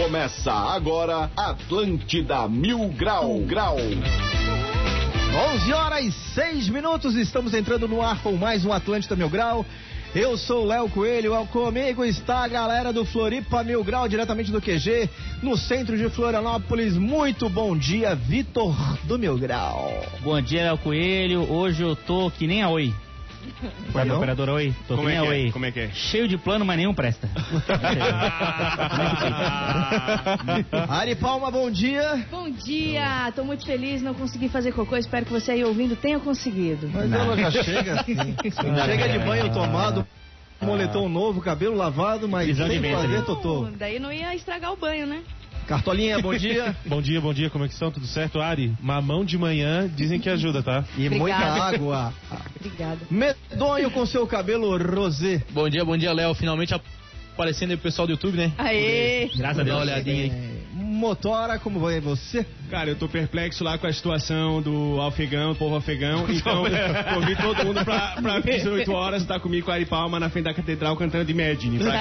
Começa agora Atlântida Mil Grau. 11h06, estamos entrando no ar com mais um Atlântida Mil Grau. Eu sou o Léo Coelho, comigo está a galera do Floripa Mil Grau, diretamente do QG, no centro de Florianópolis. Muito bom dia, Vitor do Mil Grau. Bom dia, Léo Coelho. Hoje eu tô que nem a Oi. Sabe, operadora Oi? Tô Como que nem a Oi. Como é que é? Cheio de plano, mas nenhum presta. Ari Palma, bom dia. Bom dia, tô muito feliz, não consegui fazer cocô, espero que você aí ouvindo tenha conseguido. Mas ela já chega assim. Chega de banho tomado, moletom novo, cabelo lavado, mas Visão sem de ventre. fazer totô. Daí não ia estragar o banho, né? Cartolinha, bom dia. Bom dia, como é que estão? Tudo certo? Ari, mamão de manhã dizem que ajuda, tá? E Obrigada. muita água. Obrigada. Medonho com seu cabelo rosé. Bom dia, Léo. Finalmente aparecendo aí pro pessoal do YouTube, né? Aê! Graças a Dá Deus. uma olhadinha aí. Motora, como vai você? Cara, eu tô perplexo lá com a situação do afegão, povo afegão. Então, convido todo mundo pra 18 horas estar comigo com a Ari Palma na frente da catedral cantando de Imagine. Pra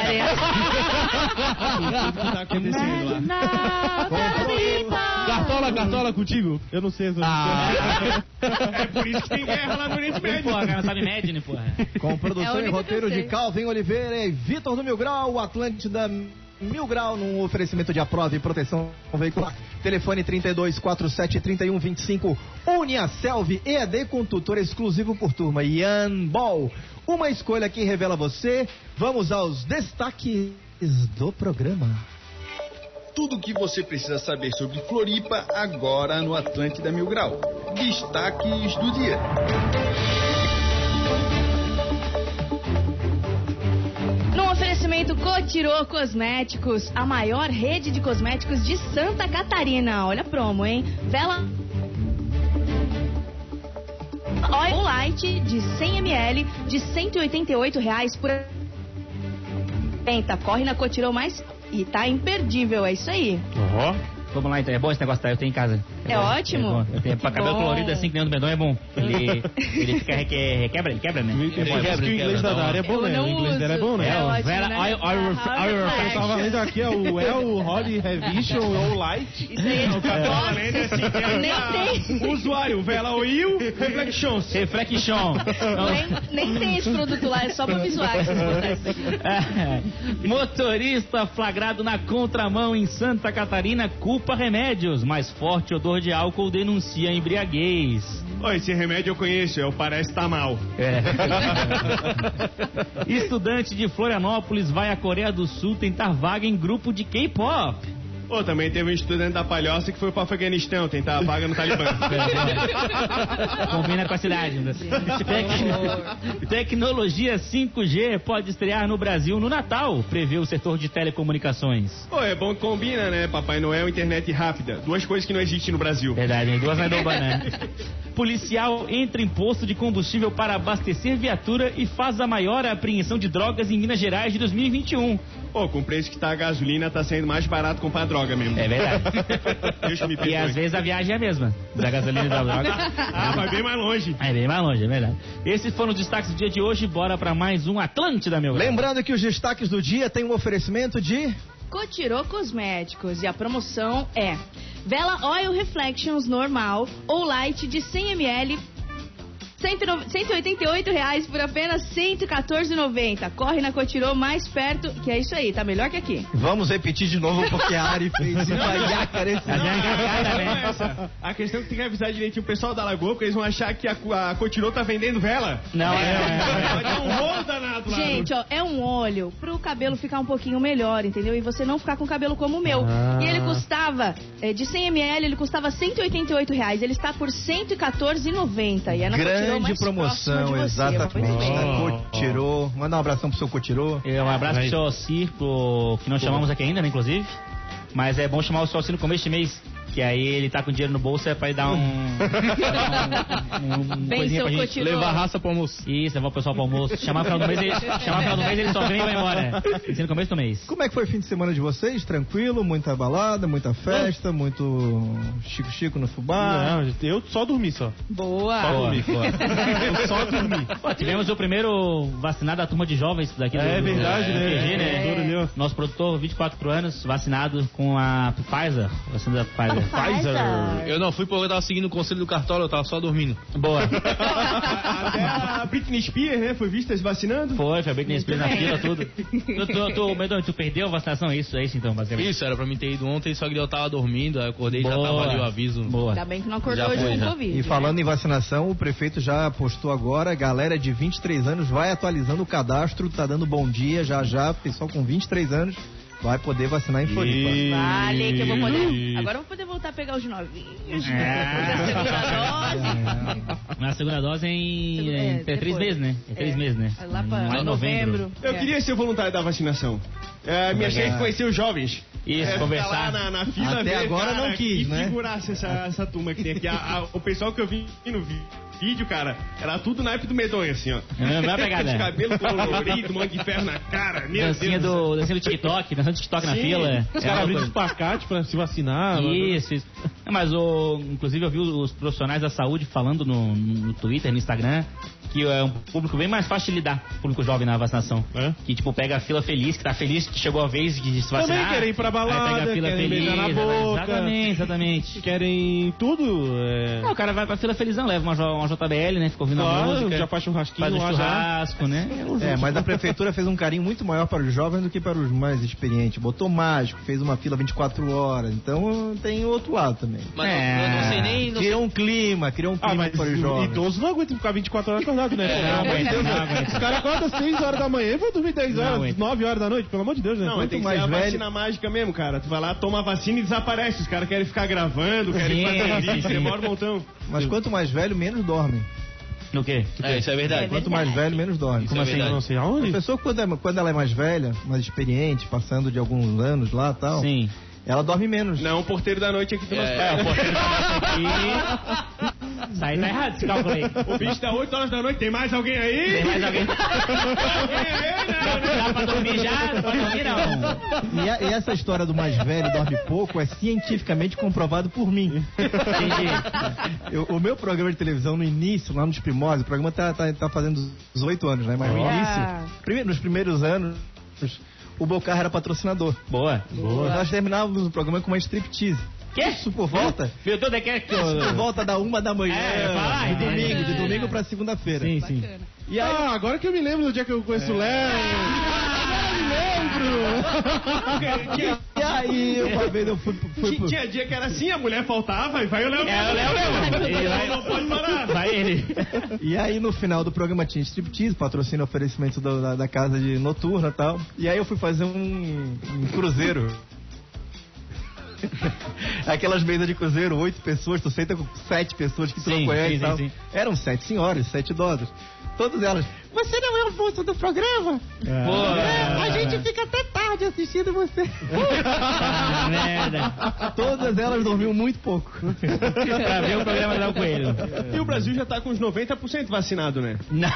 tudo que tá acontecendo lá. Cartola contigo? Eu não sei. É por isso que tem guerra lá no Oriente Médio. Porra, cara, sabe Imagine, porra. Com produção e única roteiro que eu de sei. Calvin Oliveira e Vitor do Mil Grau, o Atlântida Mil Grau, num oferecimento de aprova e proteção veicular. Telefone 3247-3125. Uniaselv EAD com tutor exclusivo por turma. Ian Ball, uma escolha que revela você. Vamos aos destaques do programa. Tudo o que você precisa saber sobre Floripa agora no Atlântida Mil Grau. Destaques do dia. No oferecimento Cotirô Cosméticos, a maior rede de cosméticos de Santa Catarina. Olha a promo, hein? Vela Oil Light de 100 ml de R$188 por... Corre na Cotirô mais e tá imperdível, é isso aí. Vamos lá então, é bom esse negócio, tá? Eu tenho em casa. É bom, ótimo. É bom. Eu tenho Que pra cabelo bom. colorido assim, que nem o do Medonho, é bom. Ele fica requebra, né? Porque o inglês da Dari é bom, né? O inglês dela é bom, né? É ótimo, Vera, né? Oil Eu tava lendo aqui, ó, o El, Holly, Revision, o Light. Isso aí é de Nem tem. O usuário, Vela Oil, Reflections. Reflection. Nem tem esse produto lá, é só pra visual que vocês botaram isso aqui. Motorista flagrado na contramão em Santa Catarina culpa remédios. Mais forte odor de álcool denuncia embriaguez. Ó, esse remédio eu conheço, é o Parece Tá Mal. Estudante de Florianópolis vai à Coreia do Sul tentar vaga em grupo de K-pop. Ô, também teve um estudante da Palhoça que foi pro Afeganistão tentar a vaga no Talibã. Combina com a cidade. Tecnologia 5G pode estrear no Brasil no Natal, prevê o setor de telecomunicações. Pô, é bom que combina, né? Papai Noel e internet rápida. Duas coisas que não existem no Brasil. Verdade, duas na doba, né? Policial entra em posto de combustível para abastecer viatura e faz a maior apreensão de drogas em Minas Gerais de 2021. Pô, com o preço que tá a gasolina, tá saindo mais barato comprar droga mesmo. É verdade. Deus me E perdoe. às vezes a viagem é a mesma, da gasolina e da droga. Vai bem mais longe. É bem mais longe, é verdade. Esses foram os destaques do dia de hoje. Bora pra mais um Atlântida, meu velho. Lembrando que os destaques do dia tem um oferecimento de... Cotirô Cosméticos e a promoção é Vela Oil Reflections normal ou light de 100 ml, R$188 por apenas R$114,90. Corre na Cotirô mais perto, que é isso aí, tá melhor que aqui. Vamos repetir de novo porque a Ari fez embaiaca nesse... A questão é que tem que avisar direitinho o pessoal da Lagoa, porque eles vão achar que a Cotirô tá vendendo vela. Não, Vai dar um rolo danado lá. Gente, ó, é um óleo pro cabelo ficar um pouquinho melhor, entendeu? E você não ficar com cabelo como o meu. E ele custava, de 100 ml, ele custava R$188. Ele está por R$114,90. E é na Cotirô Grande mais promoção, próxima de você. exatamente. Pois bem. Na Cotirô. Manda um abração pro seu Cotirô. Um abraço pro seu Alcir, que não chamamos aqui ainda, né, inclusive. Mas é bom chamar o seu Alcir no começo de mês, que aí ele tá com dinheiro no bolso, é pra ele dar um Bem, coisinha seu pra gente. Cotirô. Levar raça pro almoço. Isso, levar o pessoal pro almoço. Chamar no final do mês, ele só vem e vai embora. Tem que ser no começo do mês. Como é que foi o fim de semana de vocês? Tranquilo? Muita balada, muita festa, muito chico-chico no fubá? Não, eu só dormi só. Boa. Só dormi, pô. Eu só dormi. Pô, tivemos o primeiro vacinado da turma de jovens daqui do É verdade, né? QG, né? Duro, Boa. Nosso produtor, 24 anos, vacinado com a Pfizer. Vacina da Pfizer. Eu não fui porque eu tava seguindo o conselho do Cartola, eu tava só dormindo. Boa. Até a Britney Spears, né? Foi vista se vacinando. Foi a Britney Spears na fila, tudo. Medonho, tu perdeu a vacinação? É isso então, basicamente. Isso, era pra mim ter ido ontem, só que eu tava dormindo, aí eu acordei e já tava ali o aviso. Boa. Ainda bem que não acordou Já hoje foi, com já. Covid. E falando em vacinação, o prefeito já postou agora, galera de 23 anos vai atualizando o cadastro, tá dando bom dia, já, pessoal com 23 anos vai poder vacinar em Floripa. Vale, que eu vou poder... Agora eu vou poder voltar a pegar os novinhos. Na segunda dose em 3 meses, né? É 3 meses, né? Lá pra novembro. Eu queria ser voluntário da vacinação. Minha chefe conheceu os jovens. Isso, conversar. Lá na fila. Até agora não quis, que né? figurasse essa turma que tem aqui. O pessoal que eu vi no vídeo, cara, era tudo naipe do medonho, assim, ó. Não vai pegar, de né? cabelo colorido, mão de ferro na cara. Meu Dancinha Deus. dancinha do TikTok, dancinha do TikTok na Sim. fila. Os caras abriram espacate pra se vacinar. Isso. Mas, inclusive, eu vi os profissionais da saúde falando no Twitter, no Instagram, que é um público bem mais fácil de lidar, público jovem na vacinação. É? Que, tipo, pega a fila feliz, que tá feliz que chegou a vez de se vacinar. Também querem ir pra balada, aí pega a fila querem feliz, beijar na boca. Exatamente. Querem tudo. Não, o cara vai pra fila felizão, leva uma JBL, né? Fica ouvindo a Claro, música. já faz churrasquinho Faz um lá já. churrasco, né? Mas a prefeitura fez um carinho muito maior para os jovens do que para os mais experientes. Botou mágico, fez uma fila 24 horas. Então tem outro lado também. Mas eu não sei nem... Criou um clima mas para os jovens. idoso não aguenta ficar 24 horas acordado, né? Não aguenta. Os caras acordam 6 horas da manhã e vão dormir 10 Não horas, aguenta. 9 horas da noite, pelo amor de Deus, né? Não, mas tem que mais ser a velho- vacina mágica mesmo, cara. Tu vai lá, toma a vacina e desaparece. Os caras querem ficar gravando, querem fazer vídeo, sim. demora um montão. Mas quanto mais velho, menos dorme. No quê? Isso é verdade. Quanto mais velho, menos dorme. Como assim? Eu não sei A aonde? pessoa, quando ela é mais velha, mais experiente, passando de alguns anos lá e tal, Sim. ela dorme menos. Não, o porteiro da noite aqui do nosso O porteiro começa aqui. Isso aí tá errado, esse cálculo aí. O bicho dá 8 horas da noite, tem mais alguém aí? Tem mais alguém? Alguém aí, né? Dá pra dormir já? Não pode dormir, não. E essa história do mais velho dorme pouco é cientificamente comprovado por mim. Entendi. O meu programa de televisão no início, lá nos primórdios, o programa tá fazendo 18 anos, né? Mas no início, nos primeiros anos, o Bocar era patrocinador. Boa. Nós terminávamos o programa com uma striptease. Que? Isso por volta? Viu tudo aqui? Por volta da 1h É, de domingo pra segunda-feira. Sim, sim. E aí, Agora que eu me lembro do dia que eu conheço o Léo. e aí, uma vez eu fui pro... Tinha dia que era assim, a mulher faltava e vai o Léo. É, o Léo mesmo. Ele vai, Não pode parar. vai ele. E aí no final do programa tinha striptease, patrocínio oferecimento da casa de noturna e tal. E aí eu fui fazer um cruzeiro. Aquelas mesas de cruzeiro, 8 pessoas, tu senta com 7 pessoas que tu não Sim, conhece sim, e tal. sim. Eram 7 senhoras, 7 idosas. Todas elas, você não é o moço do programa? A gente fica até tarde assistindo você. Tá, merda. Todas elas dormiam muito pouco. Pra ver o programa do Léo Coelho. E o Brasil já tá com uns 90% vacinado, né? Não.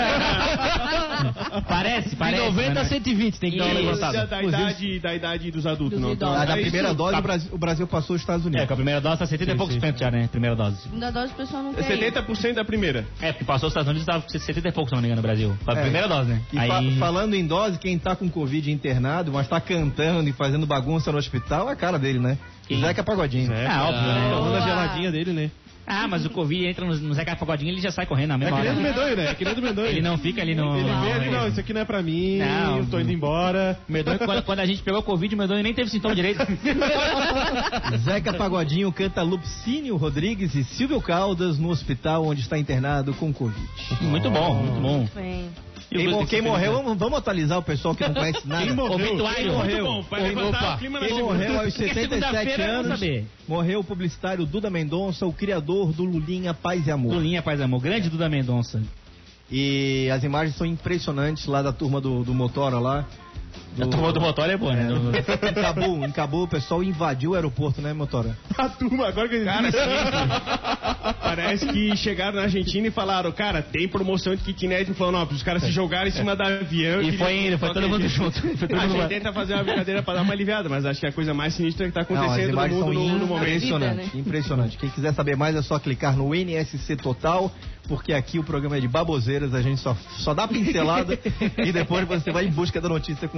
Parece. De 90 a né? 120 tem que dar uma Isso. levantada. Da idade dos adultos, Dos não. idosos. A da É isso. primeira dose, o Brasil passou os Estados Unidos. Com a primeira dose tá 70 e poucos por cento já, né? Primeira dose. Segunda dose o pessoal não quer. 70% da primeira. Porque passou os Estados Unidos tava com 70 e poucos, se não me engano, no Brasil. A primeira dose, né? E falando em dose, quem tá com Covid internado, mas tá cantando e fazendo bagunça no hospital, é a cara dele, né? Quem? Zeca Pagodinho. óbvio, né? Tomando a geladinha dele, né? Mas o Covid entra no Zeca Pagodinho, ele já sai correndo na É mesma que nem hora. do Medonho, né? É que nem do Medonho. Ele não fica ali no... Ele vê ali, não, isso aqui não é pra mim, Não. eu tô indo embora. O Medonho, quando a gente pegou Covid, o Medonho nem teve sintoma direito. Zeca Pagodinho canta Lupicínio Rodrigues e Silvio Caldas no hospital onde está internado com Covid. Muito bom, muito bom. Bem. Quem morreu, vamos atualizar o pessoal que não conhece nada. Obituário. Muito bom, pra levantar o clima na Quem segunda. morreu aos Porque 77 segunda-feira eu vou anos, saber. morreu o publicitário Duda Mendonça, o criador do Lulinha Paz e Amor. Lulinha, paz e amor. Grande Duda Mendonça. E as imagens são impressionantes lá da turma do Motora lá. A turma do motor é boa, né? Em Cabo, o pessoal invadiu o aeroporto, né, Motora? A turma, agora que eu cara, parece que chegaram na Argentina e falaram, cara, tem promoção de kitnet em Florianópolis. Os caras se jogaram em cima do avião. E foi indo, foi todo mundo junto. Foi todo A mundo gente tenta fazer uma brincadeira pra dar uma aliviada, mas acho que a coisa mais sinistra que tá acontecendo no mundo no momento. Impressionante, impressionante. Quem quiser saber mais é só clicar no NSC Total, porque aqui o programa é de baboseiras, a gente só dá pincelada e depois você vai em busca da notícia com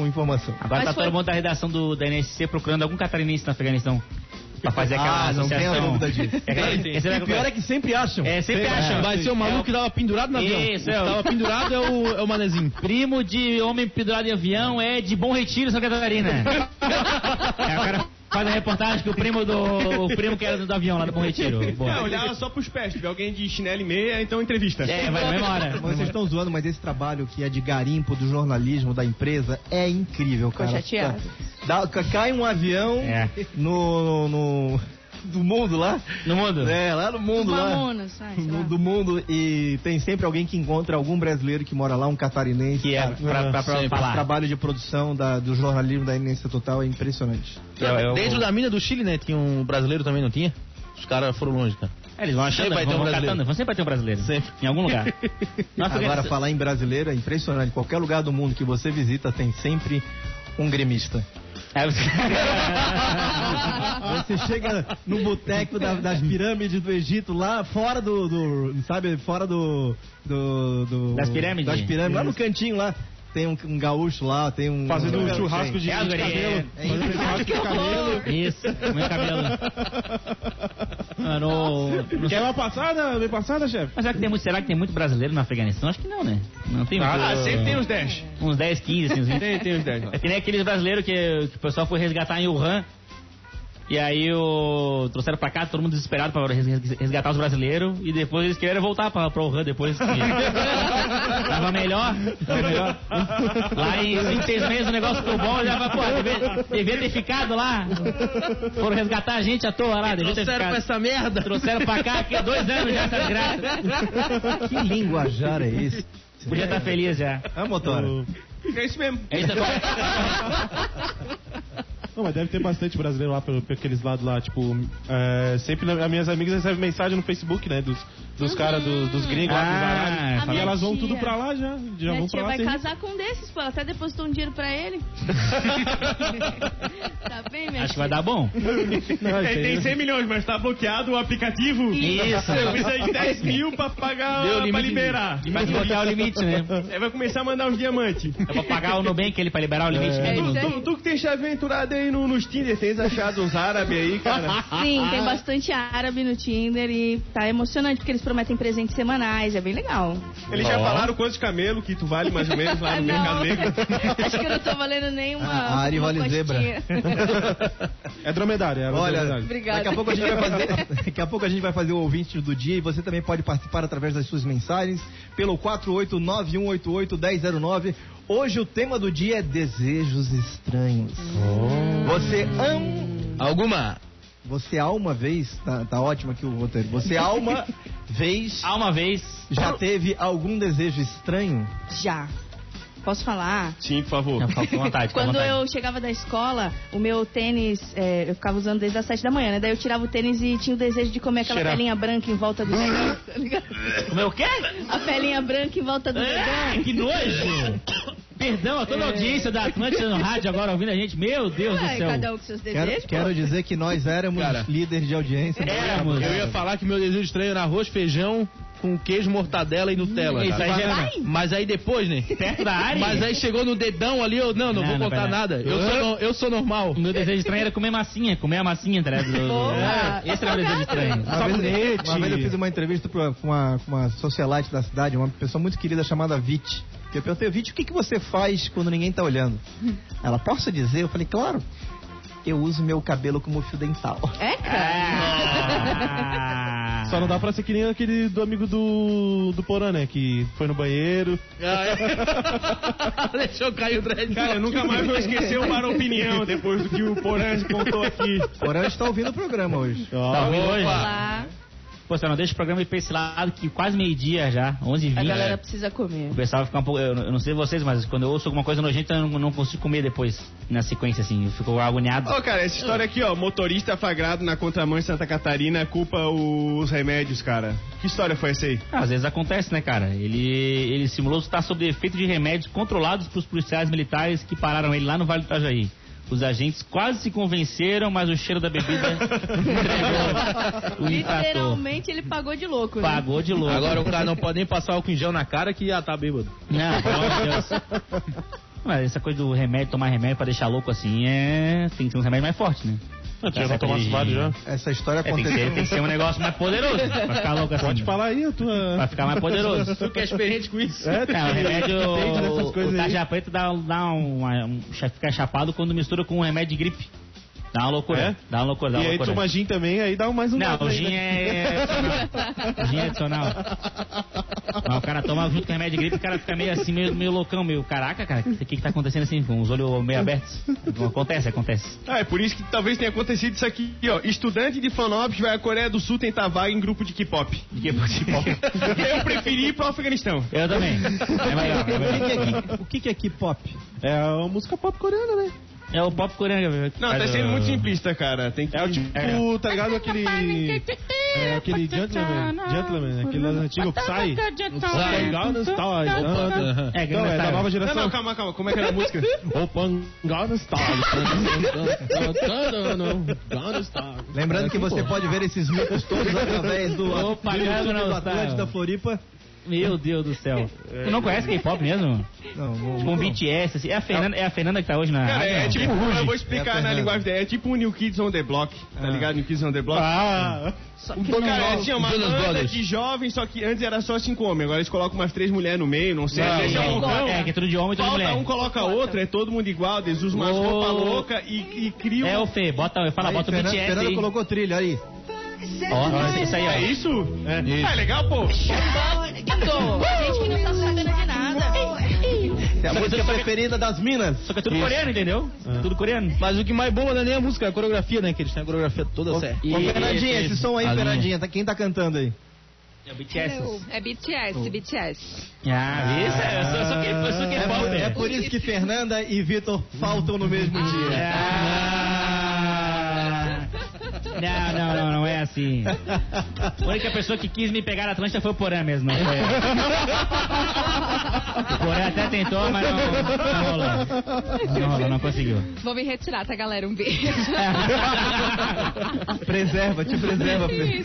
informação. Agora Mas tá todo mundo da redação da NSC procurando algum catarinense no Afeganistão. Pra fazer aquela não associação. tenho dúvida disso. E pior é que sempre acham. sempre acham. Vai ser o maluco que tava pendurado no avião. Isso, O que tava pendurado é o manezinho. Primo de homem pendurado em avião é de Bom Retiro, Santa Catarina. Aí o cara faz a reportagem que o primo que era do avião lá do Bom Retiro. Boa. Olhar só pros pés. Se tiver alguém de chinelo e meia, então entrevista. Vai na mesma hora. Vocês estão zoando, mas esse trabalho que é de garimpo do jornalismo da empresa é incrível, cara. Tô chateado. Cai um avião do mundo lá. No mundo? Lá no mundo lá. Do mundo, e tem sempre alguém que encontra algum brasileiro que mora lá, um catarinense. Que é pra falar. O trabalho de produção do jornalismo da NSC Total é impressionante. Dentro da mina do Chile, né? Tinha um brasileiro também, não tinha? Os caras foram longe, cara. Eles vão achando, Sempre vai ter um brasileiro. Sempre vai ter um brasileiro. Sempre. Em algum lugar. Agora, falar em brasileiro é impressionante. Qualquer lugar do mundo que você visita tem sempre um gremista. Você chega no boteco das pirâmides do Egito, lá fora fora das pirâmides? Das pirâmides, lá no cantinho lá. Tem um gaúcho lá, tem um... Fazendo um churrasco de cabelo. Fazendo churrasco de cabelo. Isso, meu cabelo. Quer uma passada? Bem passada, chefe? Mas será que tem muito brasileiro no Afeganistão? Acho que não, né? Não tem muito. Sempre tem uns 10. Uns 10, 15, assim. Tem uns 10 lá. É que nem aqueles brasileiros que o pessoal foi resgatar em Wuhan. E aí trouxeram pra cá, todo mundo desesperado pra resgatar os brasileiros. E depois eles queriam voltar pra Wuhan depois. Tava melhor. Lá em 5, 6 meses o negócio ficou bom. Já vai, devia ter ficado lá. Foram resgatar a gente à toa lá. Trouxeram pra essa merda. Trouxeram pra cá, que 2 anos já essa graça. Que linguajar é esse? Podia estar feliz já. Motora. É isso mesmo. É isso agora. Não, mas deve ter bastante brasileiro lá, por aqueles lados lá, tipo... sempre as minhas amigas recebem mensagem no Facebook, né? Dos caras, dos gringos lá, dos arábios. E elas vão tudo pra lá já. Já vão pra lá. Minha tia vai casar com um desses, pô. Ela até depositou um dinheiro pra ele. Tá bem, minha Acho que vai dar bom. Tem 100 milhões, mas tá bloqueado o aplicativo. Isso. Eu precisa de 10 mil pra pagar, pra liberar. Vai desbloquear o limite, né? Vai começar a mandar os diamantes. É pra pagar o Nubank ele pra liberar o limite mínimo. Tu que tem se aventurado aí nos Tinder, tens achado os árabes aí, cara? Sim, tem bastante árabe no Tinder e tá emocionante porque eles prometem presentes semanais, é bem legal. Eles já falaram quantos camelos que tu vale mais ou menos lá no mercado negro? Acho que eu não tô valendo nenhuma. A Ari vale zebra. É dromedário, Olha, dromedário. Obrigada. Daqui a pouco a gente vai fazer o ouvinte do dia e você também pode participar através das suas mensagens pelo 489-188-1009. Hoje o tema do dia é desejos estranhos. Você Alguma? Você uma vez, tá ótimo aqui o roteiro. Você uma vez já teve algum desejo estranho? Já. Posso falar? Sim, por favor. Não, fica à vontade. Quando eu chegava da escola, o meu tênis, eu ficava usando desde as 7 da manhã, né? Daí eu tirava o tênis e tinha o desejo de comer aquela pelinha branca em volta do dedão, tá ligado? Comer o quê? A pelinha branca em volta do dedão. Que nojo! Perdão a toda a audiência da Atlântida no rádio agora ouvindo a gente. Meu Deus do céu. Cada um com seus desejos. Quero dizer que nós éramos líderes de audiência. Éramos. Eu ia falar que meu desejo estranho era arroz, feijão, com queijo, mortadela e Nutella. Isso aí já Vai. Mas aí depois, né? perto da área. Mas aí chegou no dedão ali, eu não vou contar nada. Eu sou normal. O meu desejo estranho era comer massinha, comer a massinha, tá ligado? Esse era o desejo estranho. Uma vez eu fiz uma entrevista com uma socialite da cidade, uma pessoa muito querida chamada Vit. Eu perguntei, Vit, o que você faz quando ninguém tá olhando? Ela, posso dizer? Eu falei, claro. Eu uso meu cabelo como fio dental. É, cara? Só não dá pra ser que nem aquele do amigo do Porã, né? Que foi no banheiro. Deixou cair o dread. Cara, eu nunca mais vou esquecer o Bar Opinião depois do que o Porã contou aqui. O Porã está ouvindo o programa hoje. Tá ouvindo hoje? Olá. Pô, você não deixa o programa ir pra esse lado que quase meio-dia já, 11h20. A galera precisa comer. O pessoal fica um pouco... Eu não sei vocês, mas quando eu ouço alguma coisa nojenta, eu não consigo comer depois, na sequência, assim. Eu fico agoniado. Cara, essa história aqui, motorista flagrado na contramão em Santa Catarina culpa os remédios, cara. Que história foi essa aí? Às vezes acontece, né, cara? Ele simulou estar sob efeito de remédios controlados pelos policiais militares que pararam ele lá no Vale do Itajaí. Os agentes quase se convenceram, mas o cheiro da bebida entregou o infrator. Literalmente ele pagou de louco, né? Pagou de louco. Agora o cara não pode nem passar álcool em gel na cara que já tá bêbado. Não, pelo amor de Deus. Mas essa coisa do remédio, tomar remédio pra deixar louco assim, tem que ser um remédio mais forte, né? Não, já vai tomar vários já. Essa história tem aconteceu. que ser um negócio mais poderoso pra ficar louco assim. Pode falar aí a tua... Pra ficar mais poderoso. Tu que é experiente com isso. O remédio, entende dessas coisas o aí. tarja preta fica chapado quando mistura com um remédio de gripe. Dá uma loucura. Dá uma loucura. E aí toma gin também, aí dá mais um... Não, lado o aí, gin né? o gin é adicional. Mas o cara toma junto com o remédio de gripe, o cara fica meio assim, meio loucão, meio caraca, cara, o que tá acontecendo assim, com os olhos meio abertos? Acontece. É por isso que talvez tenha acontecido isso aqui, ó. Estudante de Florianópolis vai à Coreia do Sul tentar vaga em grupo de K-pop. Eu preferi ir pro Afeganistão. Eu também. É melhor. O que é K-pop? É a música pop coreana, né? É o pop coreano. Não, tá sendo muito simplista, cara. Tem que... É o tipo, tá ligado aquele... É aquele Gentleman, aquele antigo Psy. Gangnam Style. Gangnam É da nova geração. Não, calma. Como é que era a música? Open Gangnam Style. Gangnam Style. Lembrando que você pode ver esses micos todos através do Gangnam Atlântida Floripa. Meu Deus do céu. Tu não conhece K-pop mesmo? Não. Tipo um BTS, assim. É a Fernanda que tá hoje na Cara, rádio? é não? tipo, eu vou explicar na linguagem dela. É tipo o New Kids on the Block, tá ligado? New Kids on the Block. Cara, tinha uma banda de jovens, só que antes era só 5 homens. Agora eles colocam umas 3 mulheres no meio, não sei. Que é tudo de homem e tudo de mulher. Um coloca outro, é todo mundo igual, eles usam umas roupas loucas e criam... É o Fê, bota o BTS Fernanda aí. colocou trilha aí. Ó, isso aí, ó. É isso? É legal, pô. Gente que não tá sabendo de nada. É a música preferida das minas. Só que é tudo coreano, entendeu? Tudo coreano. Mas o que mais bomba não é nem a música, é a coreografia, né? Que eles têm a coreografia toda certa. Ô, Fernandinha, esse som aí, A linha. Fernandinha, quem tá cantando aí? É o BTS. É BTS. Eu sou K-pop. É por isso que Fernanda e Vitor faltam no mesmo dia. Não é assim. A única pessoa que quis me pegar na Atlântida foi o Porã mesmo. Não foi eu. O Porã até tentou, mas não rolou, não conseguiu. Vou me retirar, tá, galera? Um beijo. Te preserva, Fê.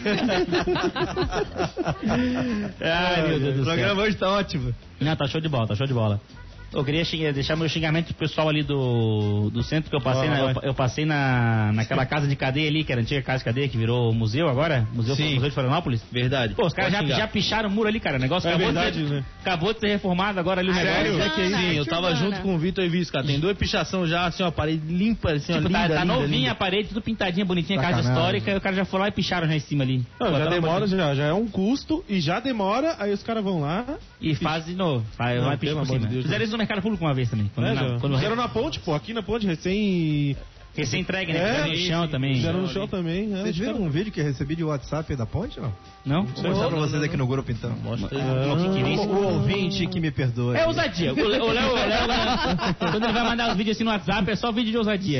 Ai, meu Deus do O céu. programa hoje tá ótimo. Não, tá show de bola. Eu queria deixar meu xingamento pro pessoal ali do centro, que eu passei naquela casa de cadeia ali, que era a antiga casa de cadeia, que virou museu agora, museu de Florianópolis. Verdade. Pô, os caras já picharam o muro ali, cara, o negócio acabou de ser reformado agora ali o negócio. Sim, eu tava junto com o Vitor e Vitor, cara, tem 2 pichação já, assim, ó, parede limpa, assim, ó, Tipo, linda, tá linda, novinha linda. a parede, tudo pintadinha, bonitinha, casa histórica, e o cara já foi lá e picharam já em cima ali. Não, já Botaram demora, uma- já é um custo e já demora, aí os caras vão lá. E faz de novo. Vai Não, pichar pelo por amor cima. de Deus, Fizeram isso no mercado público uma vez também. Fizeram na ponte, pô, aqui na ponte, recém-entregue, né? Fizeram no chão também. Fizeram no chão também. Vocês viram um vídeo que eu recebi de WhatsApp da ponte, não? Não? Vou mostrar pra vocês aqui no grupo, então. Mostra aí. O ouvinte que me perdoa. É ousadia. O Léo, quando ele vai mandar os vídeos assim no WhatsApp, é só vídeo de ousadia.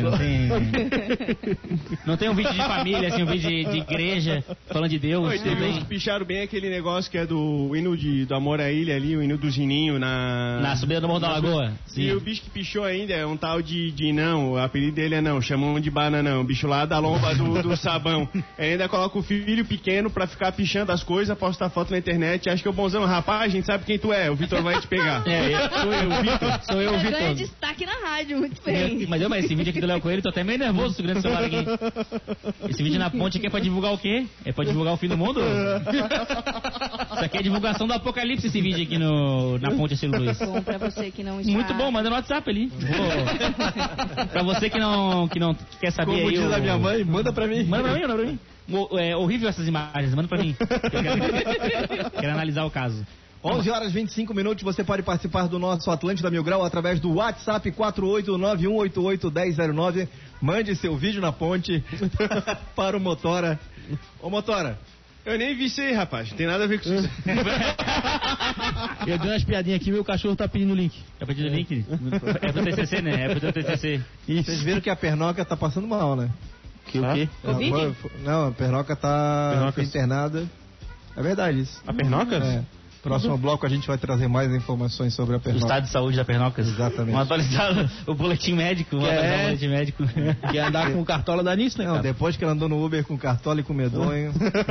Não tem um vídeo de família, assim, um vídeo de igreja, falando de Deus. Oi, teve uns que picharam bem aquele negócio que é do hino do Amor à Ilha ali, o hino do Zininho Na subida do Morro da Lagoa. E o bicho que pichou ainda é um tal de não, o apelido dele é não, chamam de bananão, o bicho lá da lomba do sabão. Ele ainda coloca o filho pequeno pra ficar pichando as coisas, postar foto na internet, acha que é o bonzão, rapaz, a gente sabe quem tu é, o Vitor vai te pegar. Sou eu, Ganha Vitor. destaque na rádio, muito bem. Mas esse vídeo aqui do Léo Coelho, tô até meio nervoso segurando o celular aqui. Esse vídeo na ponte aqui é pra divulgar o quê? É pra divulgar o fim do mundo? Isso aqui é divulgação do apocalipse, esse vídeo aqui na ponte Ciro Luiz. Bom pra você que não está... Muito bom, manda no WhatsApp ali. Pra você que não quer saber Como aí... diz a minha mãe, manda pra mim. Manda pra mim. É horrível essas imagens, manda pra mim. Quero analisar o caso. 11 horas 25 minutos, você pode participar do nosso Atlântida Mil Grau através do WhatsApp 4891881009. Mande seu vídeo na ponte para o Motora. Ô Motora, Eu nem vi isso aí, rapaz, não tem nada a ver com isso. Eu dei umas piadinhas aqui, meu cachorro tá pedindo o link. Tá pedindo link? É pro TCC, né? É pro teu TCC. vocês viram que a Pernoca tá passando mal, né? Que o quê? Covid? Não, a Pernoca tá Pernocas. internada. É verdade isso. A Pernocas? É. Próximo bloco a gente vai trazer mais informações sobre a O Pernocas. estado de saúde da Pernocas. Exatamente. Um atualizado, o boletim médico. O boletim médico. Que andar com o Cartola dá nisso, né, Não, cara? depois que ela andou no Uber com cartola e com medonho,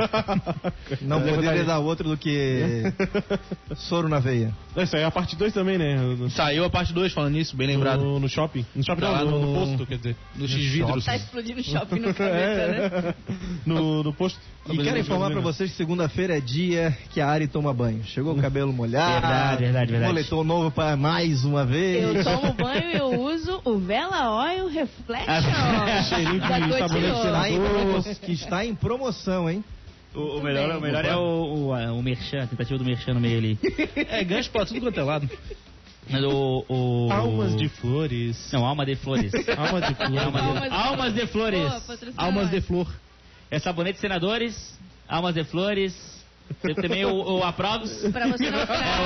não poderia dar outro do que soro na veia. Isso aí é a parte 2 também, né? Saiu a parte 2 falando nisso, bem lembrado. No shopping. No shopping Tá lá não, no no- posto, quer dizer. No X-Vidros. Tá explodindo o shopping no planeta, né? No posto. E quero informar pra vocês que segunda-feira é dia que a Ari toma banho. Chegou o cabelo molhado, Verdade. moletom novo para mais uma vez. Eu tomo banho e eu uso o Vela Oil Reflection Cheirinho de da sabonete Cotiô. Que está em promoção, hein? O melhor é o merchan, a tentativa do merchan no meio ali. É gancho pra tudo quanto é lado. Mas Almas de flores. Não, alma de flores. Alma de flores. Almas de flores. Boa, patrocina Almas de nós. flor. É sabonete senadores, almas de flores. Tem também o Aprovos. Pra você não ficar...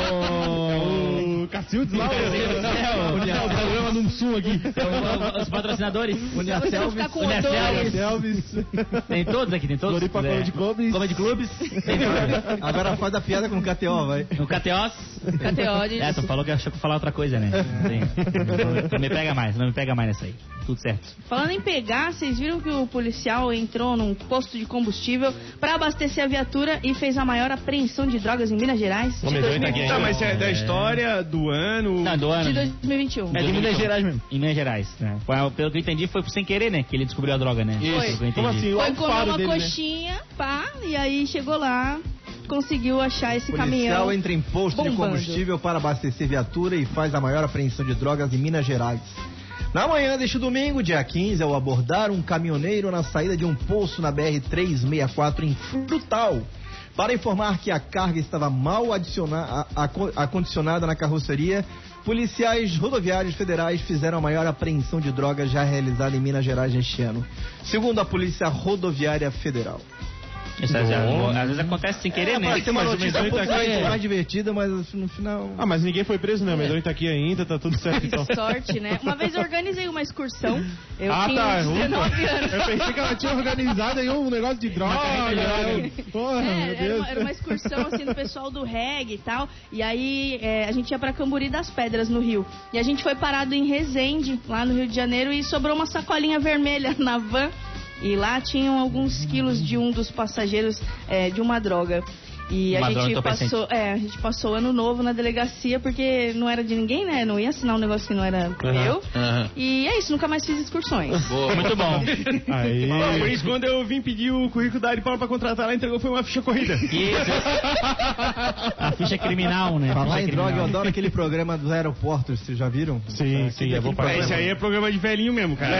O Cacildes lá, o programa no Sul aqui. Os patrocinadores. Pra você não ficar com Uniaselvis. odores. Elvis. Tem todos aqui, tem todos. Floripa Comedy Clubs. Comedy Clubs. Tem todos. Agora faz a piada com o KTO, vai. No KTOs. KTO. Tu falou que achou que eu falar outra coisa, né? Não me pega mais, não me pega mais nessa aí. Tudo certo. Falando em pegar, vocês viram que o policial entrou num posto de combustível pra abastecer a viatura e fez a maior apreensão de drogas em Minas Gerais de Medonho tá aqui 2021. Tá, mas é da história, do ano... Não, do ano. De 2021. É de Minas Gerais mesmo. Em Minas Gerais, né? Pelo que eu entendi, foi sem querer, né? Que ele descobriu a droga, né? Foi. Pelo que eu entendi. Como assim? Foi O comer faro uma dele, né? coxinha, pá, e aí chegou lá, conseguiu achar esse O policial caminhão. entra em posto de bombando. combustível para abastecer viatura e faz a maior apreensão de drogas em Minas Gerais. Na manhã deste domingo, dia 15, ao abordar um caminhoneiro na saída de um poço na BR-364 em Frutal, para informar que a carga estava mal acondicionada na carroceria, policiais rodoviários federais fizeram a maior apreensão de drogas já realizada em Minas Gerais neste ano, segundo a Polícia Rodoviária Federal. Isso às vezes acontece sem querer, né? Pode ter uma Mas o notícia um Medonho pouco tá aqui, mais divertida, mas no final... Ah, mas ninguém foi preso, né? O Medonho tá aqui ainda, tá tudo certo então. Que sorte, né? Uma vez eu organizei uma excursão. Eu Ah, tinha tá. 19 anos. Eu pensei que ela tinha organizado aí um negócio de droga. Porra, meu É, Deus. era uma excursão assim do pessoal do reggae e tal. E aí a gente ia pra Camburi das Pedras, no Rio. E a gente foi parado em Resende, lá no Rio de Janeiro, e sobrou uma sacolinha vermelha na van. E lá tinham alguns quilos de um dos passageiros de uma droga. E a Uma droga gente entorpecente. a gente passou ano novo na delegacia porque não era de ninguém, né? Não ia assinar um negócio que não era meu. E é isso, nunca mais fiz excursões. Boa, muito bom. Aí. Por isso, quando eu vim pedir o currículo da Ari Paula pra contratar, ela entregou foi uma ficha corrida. Isso. A ficha criminal, né? Falar Ficha em droga, eu criminal. adoro aquele programa dos aeroportos, vocês já viram? Sim, sim, é bom pra Esse aí é programa de velhinho mesmo, cara.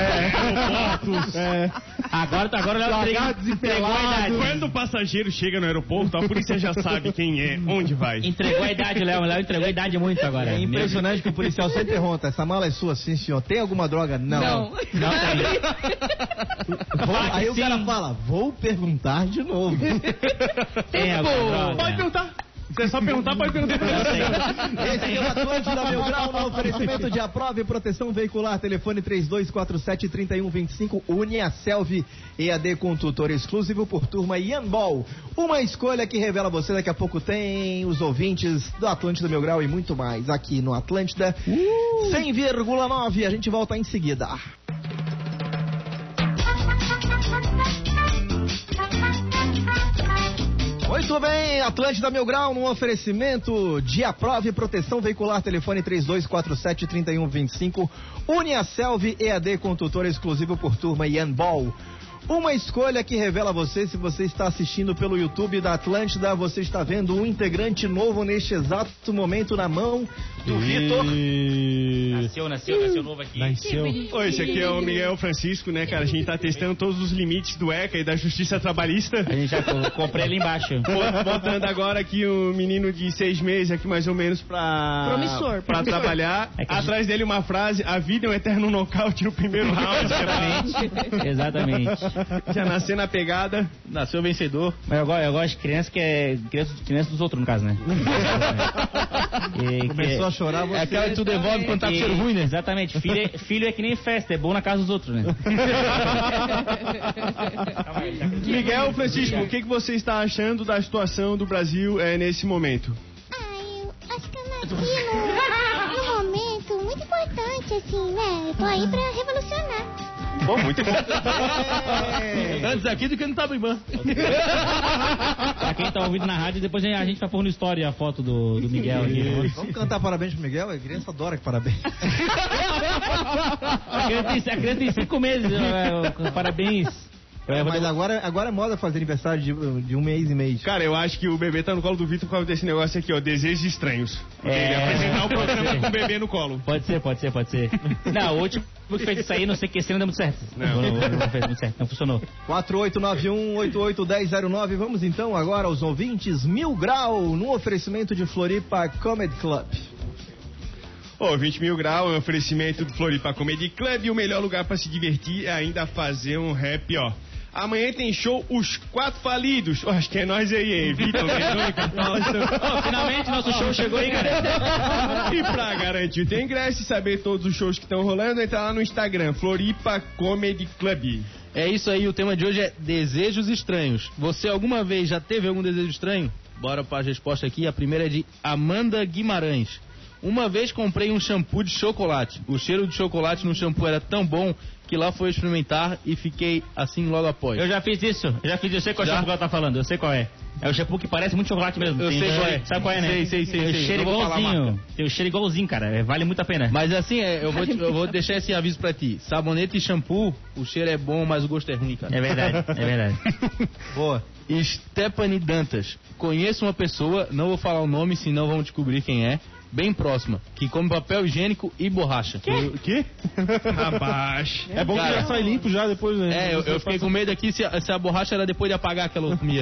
Agora o Léo entregou a idade. Quando o passageiro chega no aeroporto, a polícia já sabe quem é, onde vai. Entregou a idade, Léo. O Léo entregou a idade muito agora. É impressionante que o policial sempre pergunta, essa mala é sua? Sim, senhor. Tem alguma droga? Não. Não. Não tem. Aí o Sim. cara fala, vou perguntar de novo. Tem alguma droga. Pode perguntar. Se é só perguntar, pode perguntar. Esse é o Atlântida Mil Grau no oferecimento de Aprove Proteção Veicular, telefone 3247-3125, Uniaselv, EAD com tutor exclusivo por turma Ianbol. Uma escolha que revela você, daqui a pouco tem os ouvintes do Atlântida Mil Grau e muito mais aqui no Atlântida 100,9, a gente volta em seguida. Muito bem, Atlântida Mil Grau, num oferecimento de Aprove Proteção Veicular, telefone 3247-3125, Uniaselv, EAD com tutor exclusivo por turma Ianbol. Uma escolha que revela você, se você está assistindo pelo YouTube da Atlântida, você está vendo um integrante novo neste exato momento na mão do Vitor. Nasceu novo aqui. Nasceu. Ô, esse aqui é o Miguel Francisco, né, cara? A gente tá testando todos os limites do ECA e da Justiça Trabalhista. A gente já comprei ali embaixo. Botando agora aqui o menino de 6 meses aqui mais ou menos pra... Promissor, Pra promissor. trabalhar. É que a Atrás dele uma frase, a vida é um eterno nocaute no primeiro round. Exatamente. Já nascer na pegada. Nasceu vencedor. Mas eu gosto de criança que é criança dos outros, no caso, né? Começou a chorar, você... É aquela que tu devolve quando tá com cheiro ruim, né? Exatamente. Filho é que nem festa, é bom na casa dos outros, né? Miguel Francisco, o que você está achando da situação do Brasil nesse momento? E num momento muito importante, assim, né? Eu tô aí pra revolucionar. Pô, muito bom. Antes aqui do que no Tabibã. Pra quem tá ouvindo na rádio, depois a gente vai pôr no story a foto do Miguel aqui. Vamos cantar parabéns pro Miguel? A criança adora que parabéns. A criança tem 5 meses, parabéns. Mas agora é moda fazer aniversário de um mês e mês. Cara, eu acho que o bebê tá no colo do Vitor por causa desse negócio aqui, ó, Desejos Estranhos. Ele apresentar o programa com o bebê no colo. Pode ser. Não, o último que fez isso aí, não sei o que, não deu muito certo. Não fez muito certo, não funcionou. 4891-881009. Vamos então agora aos ouvintes 1000 Grau, no oferecimento de Floripa Comedy Club. 20 mil graus, é um oferecimento do Floripa Comedy Club e o melhor lugar pra se divertir é ainda fazer um rap, ó. Amanhã tem show Os Quatro Falidos. Acho que é nós aí, hein? Vitor, finalmente nosso show chegou aí, cara. E pra garantir o teu ingresso e saber todos os shows que estão rolando, entra lá no Instagram, Floripa Comedy Club. É isso aí, o tema de hoje é Desejos Estranhos. Você alguma vez já teve algum desejo estranho? Bora para as respostas aqui. A primeira é de Amanda Guimarães. Uma vez comprei um shampoo de chocolate. O cheiro de chocolate no shampoo era tão bom que lá fui experimentar e fiquei assim logo após. Eu já fiz isso. Eu sei qual shampoo que ela tá falando. Eu sei qual é. É o shampoo que parece muito chocolate mesmo. Eu sei qual é. Sabe qual é, né? Sei. Tem o cheiro igualzinho. Tem o cheiro igualzinho, cara. Vale muito a pena. Mas assim, eu vou deixar esse aviso pra ti. Sabonete e shampoo, o cheiro é bom, mas o gosto é ruim, cara. É verdade. Boa. Stephanie Dantas. Conheço uma pessoa, não vou falar o nome, senão vão descobrir quem é. Bem próxima, que come papel higiênico e borracha. Que? Rapaz. É bom que já sai limpo já depois, né? Eu fiquei com medo aqui se a borracha era depois de apagar que ela comia.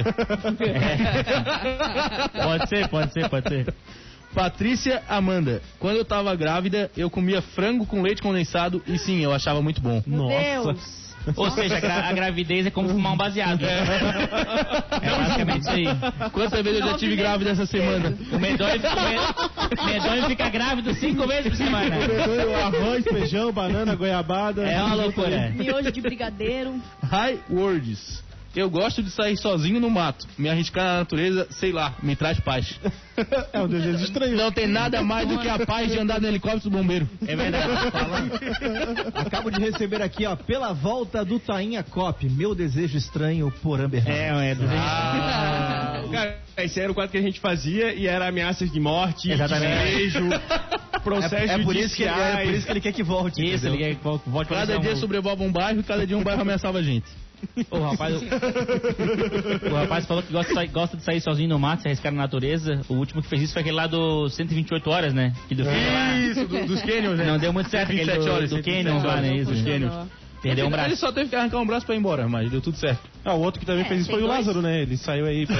Pode ser. Patrícia Amanda. Quando eu tava grávida, eu comia frango com leite condensado e sim, eu achava muito bom. Deus. Ou seja, a gravidez é como fumar um baseado. É basicamente isso aí. Quantas vezes eu já tive grávida essa semana? O medonho fica grávido 5 vezes por semana. Arroz, feijão, banana, goiabada. É uma loucura. Miojo de brigadeiro. High Words. Eu gosto de sair sozinho no mato. Me arriscar na natureza, sei lá, me traz paz. É um desejo estranho. Não tem nada mais do que a paz de andar no helicóptero do bombeiro. É verdade. Acabo de receber aqui, ó, pela volta do Tainha Cop, meu desejo estranho, Porã Bernardes. Desejo Cara, esse era o quadro que a gente fazia e era ameaças de morte, despejo, processo é por isso que ele quer que volte. Isso, ele quer que volte. Cada dia sobrevoava um bairro e cada dia um bairro ameaçava a gente. O rapaz falou que gosta de sair sozinho no mato, se arriscar na natureza. O último que fez isso foi aquele lá do 128 horas, né? Isso, dos Canyons, né? Não deu muito certo, aquele do Canyons lá, né? Isso, perdeu um braço. Ele só teve que arrancar um braço pra ir embora, mas deu tudo certo. O outro que também fez isso foi o Lázaro, né? Ele saiu aí pra...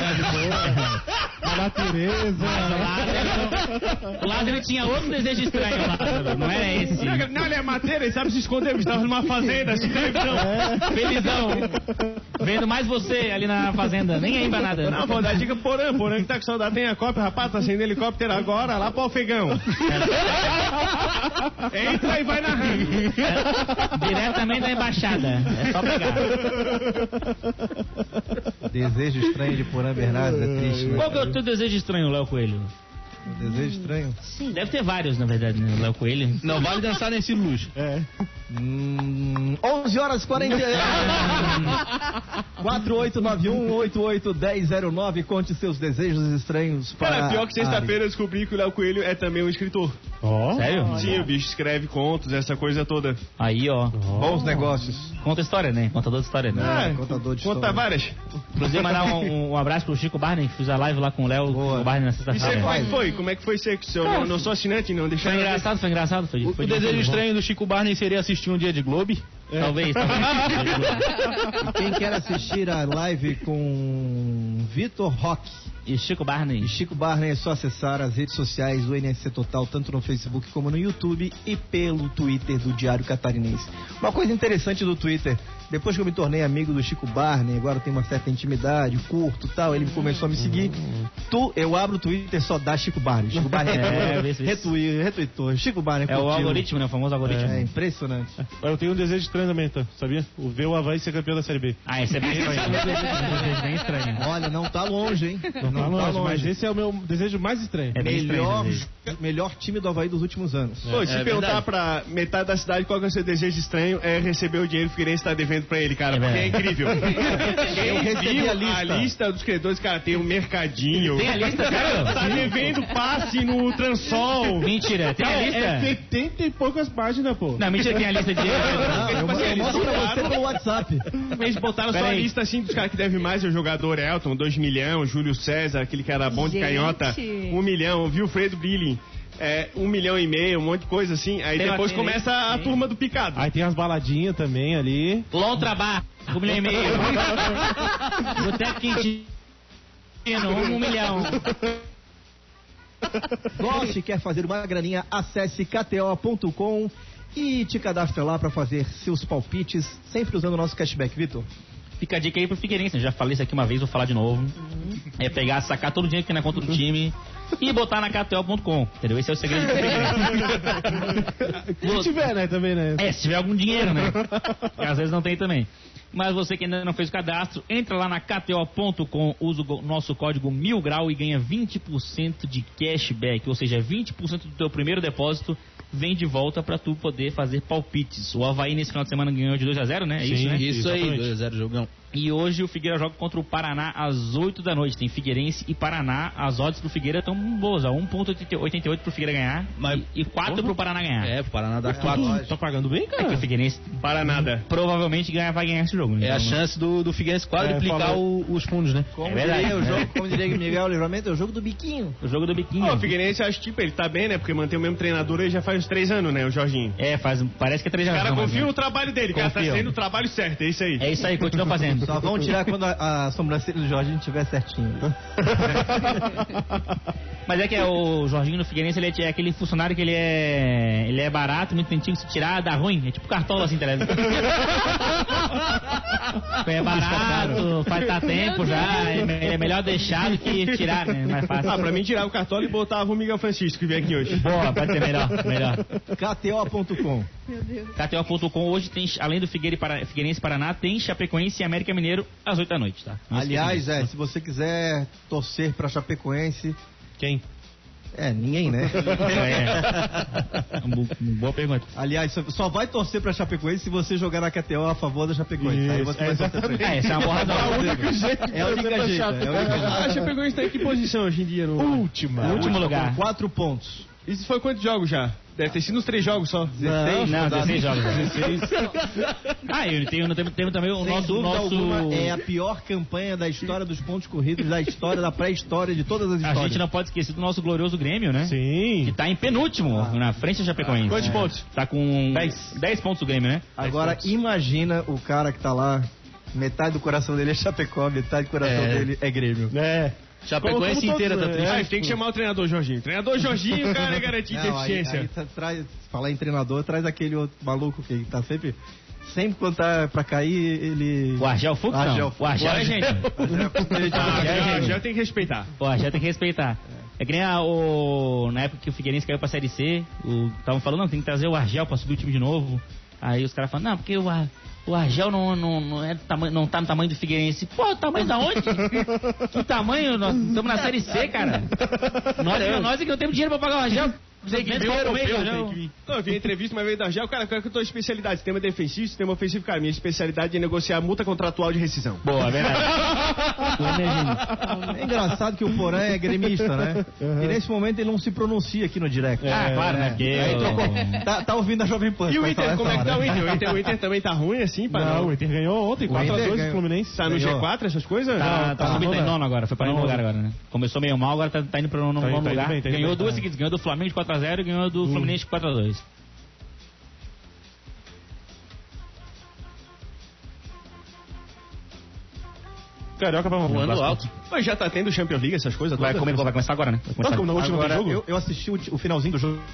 na natureza. O Lázaro tinha outro desejo estranho, Lázaro. Não era esse. Não, ele é mateiro, ele sabe se esconder, ele estava numa fazenda, assim, felizão. Vendo mais você ali na fazenda, nem aí pra nada. Não, vou dar dica Porã que tá com saudade, tem a cópia, rapaz, tá saindo helicóptero agora, lá pro Alfegão. Entra e vai narrando. Diretamente da embaixada, é só pegar. Desejo estranho de Porã Bernardes é triste, né? Qual que é o teu desejo estranho, Léo Coelho? Desejo estranho? Sim. Deve ter vários, na verdade, né, Léo Coelho? Não vale dançar nesse luxo. 11h40. 4891-881009. Conte seus desejos estranhos para... Cara, pior que sexta-feira eu descobri que o Léo Coelho é também um escritor. Sério? Sim, o bicho escreve contos, essa coisa toda. Aí, ó. Bons negócios. Conta história, né? Contador de história, né? Contador de história. Conta várias. Inclusive, mandar um abraço pro Chico Barney, que fiz a live lá com o Léo Barney na sexta-feira. Como é que foi ser? Eu não sou assinante, não. Deixa foi engraçado. Foi o desejo estranho do Chico Barney seria assistir um dia de Globe? Talvez. Quem quer assistir a live com Vitor Roque e Chico Barney? É só acessar as redes sociais do NSC Total, tanto no Facebook como no YouTube e pelo Twitter do Diário Catarinense. Uma coisa interessante do Twitter, Depois que eu me tornei amigo do Chico Barney, agora eu tenho uma certa intimidade, curto e tal, ele começou a me seguir. Eu abro o Twitter, só dá Chico Barney. Chico Barney retweetou. Chico Barney É curtiu. o algoritmo, né? O famoso algoritmo. É impressionante. Eu tenho um desejo estranho também, tá? Sabia? O ver o Avaí ser campeão da Série B. Ah, esse é bem estranho. É bem estranho. Olha, não tá longe, hein? Não tá longe, mas esse é o meu desejo mais estranho. É bem Melhor time do Avaí dos últimos anos. Pô, se perguntar pra metade da cidade qual que é o seu desejo estranho, é receber o dinheiro que o Figueirense tá devendo pra ele, cara. Porque é incrível. Eu recebi a lista dos credores, cara, tem um mercadinho. Tem a lista, cara? Tá devendo passe no Transol. Mentira, tem a lista? É 70 e poucas páginas, pô. Não, mentira, tem a lista de... Eu mando pra você pelo WhatsApp. Eles botaram só a lista assim dos caras que devem mais, o jogador Elton, 2 milhões, Júlio César, aquele que era bom de canhota, 1 milhão, Wilfredo Billing, 1,5 milhão, um monte de coisa assim. Aí Tem depois uma- começa a turma do picado. Aí tem as baladinhas também ali. Lontrabar, 1,5 milhão. Boteco Quintino, 1 milhão. Goste, quer fazer uma graninha, acesse kto.com e te cadastre lá para fazer seus palpites, sempre usando o nosso cashback, Vitor. Fica a dica aí pro Figueirense, eu já falei isso aqui uma vez, vou falar de novo. É pegar, sacar todo o dinheiro que tem na conta do time e botar na KTO.com, entendeu? Esse é o segredo do Figueirense. Se tiver, né, também, né? Se tiver algum dinheiro, né? Porque às vezes não tem também. Mas você que ainda não fez o cadastro, entra lá na KTO.com, usa o nosso código 1000grau e ganha 20% de cashback, ou seja, 20% do teu primeiro depósito vem de volta pra tu poder fazer palpites. O Avaí nesse final de semana ganhou de 2-0, né? É isso, né? Isso aí, 2-0 jogão. E hoje o Figueira joga contra o Paraná às 8 da noite. Tem Figueirense e Paraná. As odds pro Figueira estão boas, ó. 1,88 pro Figueira ganhar e 4 pro Paraná ganhar. É, pro Paraná dá 4. Tá pagando bem, É que cara? o Figueirense provavelmente vai ganhar esse jogo. É a Então, chance do Figueirense quadriplicar os fundos, né? Como verdade. diria o jogo, como diria Miguel Livramento, é o jogo do biquinho. o jogo do biquinho. O Figueirense, acho que tipo, ele tá bem, né? Porque mantém o mesmo treinador aí já faz uns 3 anos, né? O Jorginho. Parece que é 3 O anos. cara não, mas confia não. no trabalho dele, o cara tá Confio. sendo o trabalho certo, é isso aí. É isso aí, continua fazendo. Só vão tirar quando a sobrancelha do Jorginho estiver certinho. Mas é que o Jorginho no Figueirense, ele é aquele funcionário que ele é barato, muito tentinho, se tirar, dá ruim. É tipo cartola assim, tá ligado? É barato, faz tá tempo já, é melhor deixar do que tirar, né? Mais fácil. Pra mim tirar o cartola e botava o Miguel Francisco que veio aqui hoje. Boa, pode ser melhor. KTO.com. KTO.com hoje tem, além do Figueirense Paraná, tem Chapecoense e América Mineiro às 8 da noite, tá? Não Aliás, esqueça disso. se você quiser torcer pra Chapecoense, Quem? ninguém, né? Boa pergunta. Aliás, só vai torcer pra Chapecoense se você jogar na KTO a favor da Chapecoense. Aí você vai torcer pra ele. Essa é uma boa razão. É o único jeito. A Chapecoense tá em que posição hoje em dia? No Último lugar. 4 pontos. Isso foi quantos jogos já? Deve ter sido uns 3 jogos só. 16. Não, 16 jogos. 16. E temos também o Sem nosso... dúvida alguma, é a pior campanha da história dos pontos corridos, da história, da pré-história, de todas as A histórias. gente não pode esquecer do nosso glorioso Grêmio, né? Sim. Que tá em penúltimo, na frente da Chapecoense. Quantos pontos? Tá com 10 pontos o Grêmio, né? Agora, imagina o cara que tá lá, metade do coração dele é Chapecó, metade do coração dele é Grêmio. Chapecoense Como inteira tá todos, triste. Ah, tem que chamar o treinador Jorginho. Treinador Jorginho, cara, é garantia de Não, aí eficiência. falar em treinador, traz aquele outro maluco que tá sempre quando tá pra cair, ele... O Argel Fux, não. O Argel é gente. Já tem que respeitar. O Argel tem que respeitar. É que nem na época que o Figueirense caiu pra Série C, estavam falando, não, tem que trazer o Argel pra subir o time de novo. Aí os caras falam, não, porque o Argel não tá no tamanho do Figueirense. Pô, o tamanho da onde? Que tamanho? Nós estamos na Série C, cara. Nós é que não temos dinheiro pra pagar o Argel. Eu vi a entrevista uma vez da Argel, cara, qual é a tua especialidade? Sistema defensivo, sistema ofensivo, cara. Minha especialidade é negociar multa contratual de rescisão. Boa, verdade. É engraçado que o Porã é gremista, né? E nesse momento ele não se pronuncia aqui no direct. Claro, né? Porque Aí trocou. Tá ouvindo a Jovem Pan. E o vai Inter, falar como é essa que tá o hora. Inter? O Inter também tá ruim assim? Não, o Inter ganhou ontem, 4x2 ganhou. o Fluminense. Tá no Ganhou. G4, essas coisas? Tá subindo em nono agora, foi para nono Nono. lugar agora, né? Começou meio mal, agora tá indo para nono Tá indo lugar. bem, tá indo Ganhou bem. duas seguidas, ganhou do Flamengo de 4x0 e ganhou do Fluminense de 4x2. Carioca vai Voando alto. Mas já tá tendo Champions League, essas coisas Vai todas? começar agora, né? Vai Nossa, começar. como na última Agora, jogo? eu assisti o finalzinho do jogo.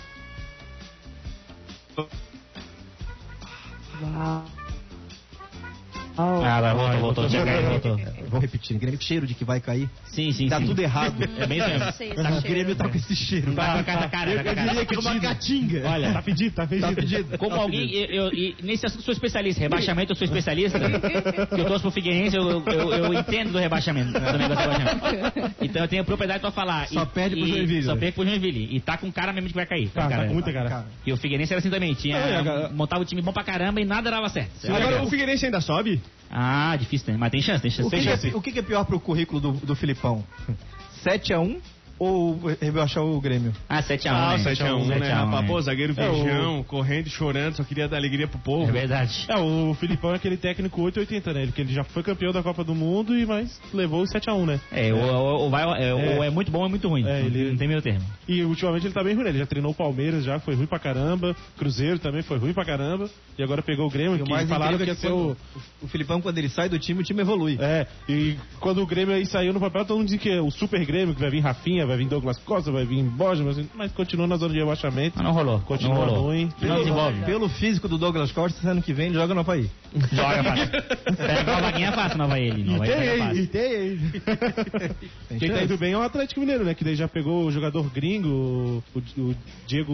Voltou. Vou repetir, Grêmio, cheiro de que vai cair. Sim. Tá tudo errado. É bem mesmo. O Grêmio tá com esse cheiro. Tá com a cara. Eu diria que é uma catinga. Olha, tá pedido. Como alguém, nesse assunto eu sou especialista, rebaixamento eu sou especialista, que eu torço pro Figueirense, eu entendo do rebaixamento, do negócio do rebaixamento. Então eu tenho propriedade pra falar. Só perde pro Joinville. Só perde pro Joinville. E tá com cara mesmo de que vai cair. Tá com muita cara. E o Figueirense era assim também, montava o time bom pra caramba e nada dava certo. Agora o Figueirense ainda sobe? Ah, difícil, né? Mas tem chance. O que é pior pro currículo do Filipão? 7-1 ou rebaixar o Grêmio? 7-1, né? 7-1, né, rapaz? Pô, zagueiro Virgão, correndo, chorando, só queria dar alegria pro povo. É verdade. O Filipão é aquele técnico 880, né? Ele já foi campeão da Copa do Mundo, mas levou o 7-1, né? Ou é muito bom ou é muito ruim. Não tem meio termo. E ultimamente ele tá bem ruim, né? Ele já treinou o Palmeiras, já foi ruim pra caramba. Cruzeiro também foi ruim pra caramba. E agora pegou o Grêmio, que falaram que ia ser o Filipão, quando ele sai do time, o time evolui. E quando o Grêmio aí saiu no papel, todo mundo dizia que é o Super Grêmio, que vai vir Rafinha, vai vir Douglas Costa, vai vir Borja, mas continua na zona de rebaixamento. Mas não rolou. Continua ruim. Pelo físico do Douglas Costa, ano que vem ele joga no Havaí. Joga fácil. Pega uma vaguinha fácil no Havaí. E tem. Quem tá indo bem é o Atlético Mineiro, né? Que daí já pegou o jogador gringo, o Diego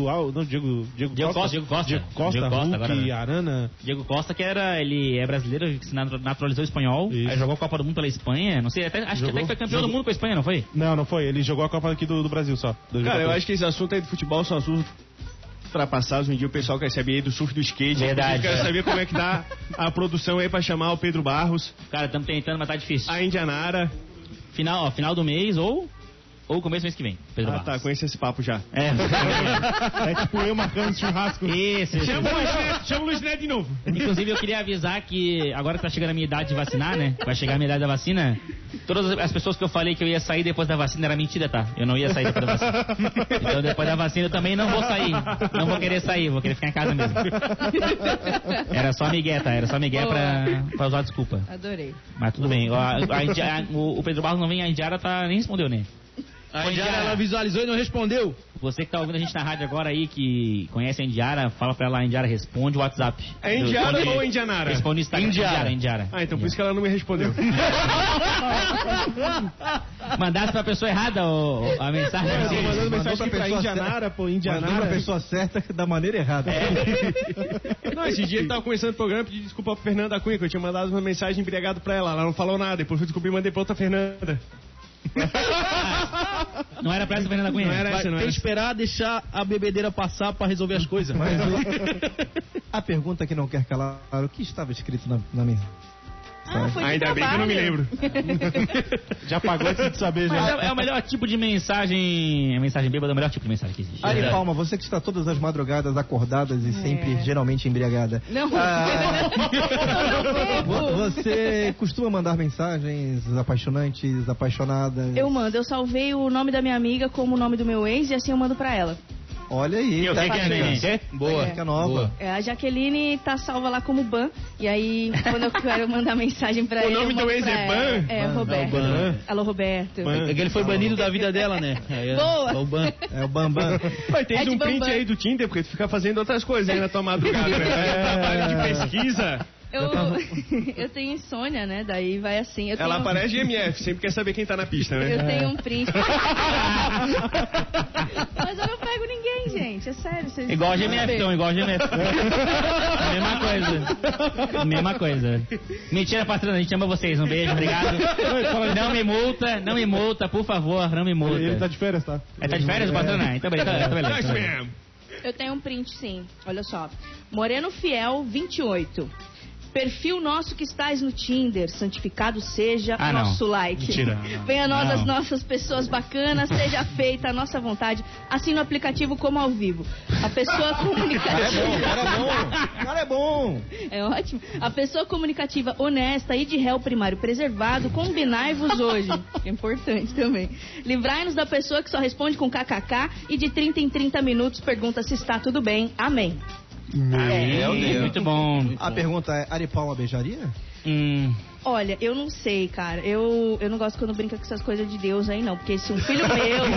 Costa, Hulk, agora, Arana. Diego Costa, ele é brasileiro, que se naturalizou espanhol. Isso. Aí jogou a Copa do Mundo pela Espanha. Não sei, acho que até que foi campeão do mundo com a Espanha, não foi? Não foi. Ele jogou a Copa aqui do Brasil só. Cara, eu acho que esse assunto aí do futebol são assuntos ultrapassados. Um dia o pessoal quer saber aí do surf do skate. Verdade. Eu quero saber como é que tá a produção aí pra chamar o Pedro Barros. Cara, estamos tentando, mas tá difícil. A Indianara. Final do mês ou começo do mês que vem. Pedro Barros. Tá, conheci esse papo já. É tipo eu marcando churrasco. Isso. Chama o Luiz Neto de novo. Inclusive, eu queria avisar que agora que tá chegando a minha idade de vacinar, né? Vai chegar a minha idade da vacina. Todas as pessoas que eu falei que eu ia sair depois da vacina era mentira, tá? Eu não ia sair depois da vacina. Então, depois da vacina, eu também não vou sair. Não vou querer sair, vou querer ficar em casa mesmo. Era só migué, tá? Era só migué pra usar desculpa. Adorei. Mas tudo bem. O Pedro Barros não vem, a Indiara nem respondeu, né? A Indiara, ela visualizou e não respondeu. Você que tá ouvindo a gente na rádio agora aí, que conhece a Indiara, fala pra ela, a Indiara responde o WhatsApp. É Indiara ou Indianara? Responde no Instagram. Indiara. Então por isso que ela não me respondeu. Mandasse pra pessoa errada a mensagem. Eu tô mandando mensagem pra Indianara, Indianara. Mandou pra pessoa certa da maneira errada. Não, esse dia ele tava começando o programa, pedi desculpa pra Fernanda Cunha, que eu tinha mandado uma mensagem embriagado pra ela. Ela não falou nada, depois eu descobri e mandei pra outra Fernanda. Não era pra essa Fernanda Cunha? Não era essa, não. Tem que esperar deixar a bebedeira passar pra resolver as coisas. Mas a pergunta que não quer calar, o que estava escrito na minha? Ainda bem que eu não me lembro. Já pagou antes de saber, já. É o melhor tipo de mensagem. A mensagem bêbada é o melhor tipo de mensagem que existe. Ari Palma, você que está todas as madrugadas acordadas e sempre geralmente embriagada. Não. Você costuma mandar mensagens apaixonantes, apaixonadas? Eu mando. Eu salvei o nome da minha amiga como o nome do meu ex e assim eu mando pra ela. Olha aí, eu sei que é, né? Boa, fica nova. A Jaqueline tá salva lá como Ban. E aí, quando eu quero mandar mensagem pra ele. O nome do ex é Ban? É, Roberto. Alô, Roberto. É que ele foi banido da vida dela, né? Boa! É o Ban. É o Bambam. Mas tem um print aí do Tinder, porque tu fica fazendo outras coisas aí na tua madrugada. Trabalho de pesquisa. Eu tenho insônia, né? Daí vai assim. Ela aparece de MF, sempre quer saber quem tá na pista, né? Eu tenho um print. Mas eu não pego ninguém, gente. É sério. Igual a GMF, então, igual a GMF. Mesma coisa. Mentira, patrona, a gente ama vocês. Um beijo, obrigado. Não me multa, por favor, não me multa. Ele tá de férias, tá? Tá de férias, patrona? Então, beleza. Eu tenho um print, sim. Olha só. Moreno Fiel, 28. Perfil nosso que estás no Tinder, santificado seja nosso like. Mentira. Venha a nós as nossas pessoas bacanas, seja feita a nossa vontade, assim no aplicativo como ao vivo. A pessoa comunicativa... O cara é bom. É ótimo. A pessoa comunicativa honesta e de réu primário preservado, combinai-vos hoje. Que é importante também. Livrai-nos da pessoa que só responde com kkk e de 30 em 30 minutos pergunta se está tudo bem. Amém. Muito bom. A pergunta é, Ari Palma beijaria? Olha, eu não sei, cara. Eu não gosto quando brinca com essas coisas de Deus aí, não. Porque se um filho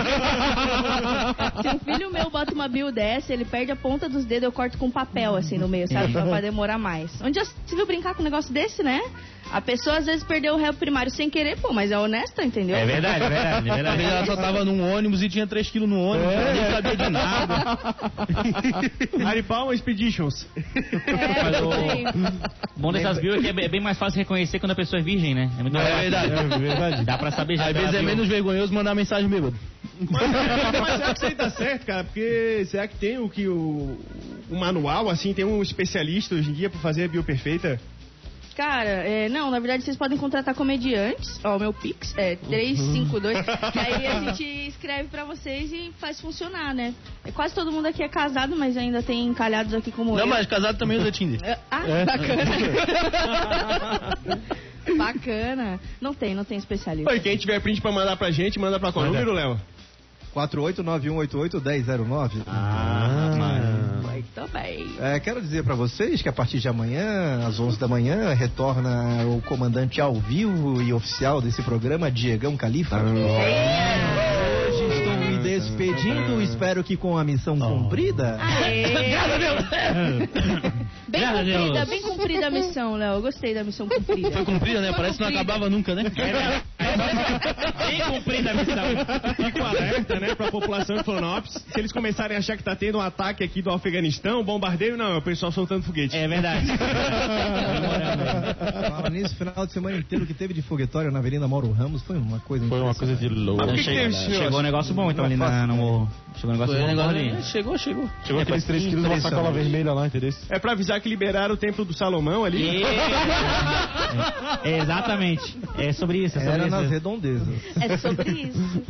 meu bota uma bio dessa, ele perde a ponta dos dedos, eu corto com papel, assim, no meio, sabe? Pra demorar mais. Onde já se viu brincar com um negócio desse, né? A pessoa, às vezes, perdeu o réu primário sem querer, pô, mas é honesta, entendeu? É verdade. Às vezes ela só tava num ônibus e tinha 3 quilos no ônibus, nem sabia de nada. Aripalma Expeditions. Mas o bom dessas bios é que é bem mais fácil reconhecer quando a pessoa é virgem, né? É muito mais fácil. É verdade. Dá pra saber já. Às vezes é menos vergonhoso mandar mensagem bêbado. Mas será que isso aí tá certo, cara? Porque será que tem o manual, assim, tem um especialista hoje em dia pra fazer a bio perfeita? Cara, não, na verdade vocês podem contratar comediantes. Ó, o meu Pix é 352. Que aí a gente escreve pra vocês e faz funcionar, né? Quase todo mundo aqui é casado, mas ainda tem encalhados aqui como eu. Não, mas casado também usa Tinder. Bacana. Bacana. Não tem especialista. Oi, quem tiver print pra mandar pra gente, manda pra qual número, Léo? 4891881009. Muito bem. Quero dizer pra vocês que a partir de amanhã, às 11 da manhã, retorna o comandante ao vivo e oficial desse programa, Diegão Califa. Hoje estou me despedindo, espero que com a missão cumprida. Bem cumprida a missão, Léo. Eu gostei da missão cumprida. Foi cumprida, né? Parece que não acabava nunca, né? Bem cumprida a missão. Fico alerta, né, pra população de Florianópolis. Se eles começarem a achar que tá tendo um ataque aqui do Afeganistão, bombardeio, não, é o pessoal soltando foguete. É verdade. Fala nisso, final de semana inteiro que teve de foguetório na Avenida Mauro Ramos foi uma coisa de louco. Mas por que teve, senhor? Chegou um negócio bom, então, ali no morro. Chegou um negócio bom ali. Chegou. Chegou aqueles 3 quilos numa sacola vermelha lá, entendeu? É pra avisar que liberaram o templo do Salomão ali. Exatamente. É sobre isso. Era nas redondezas. É sobre isso.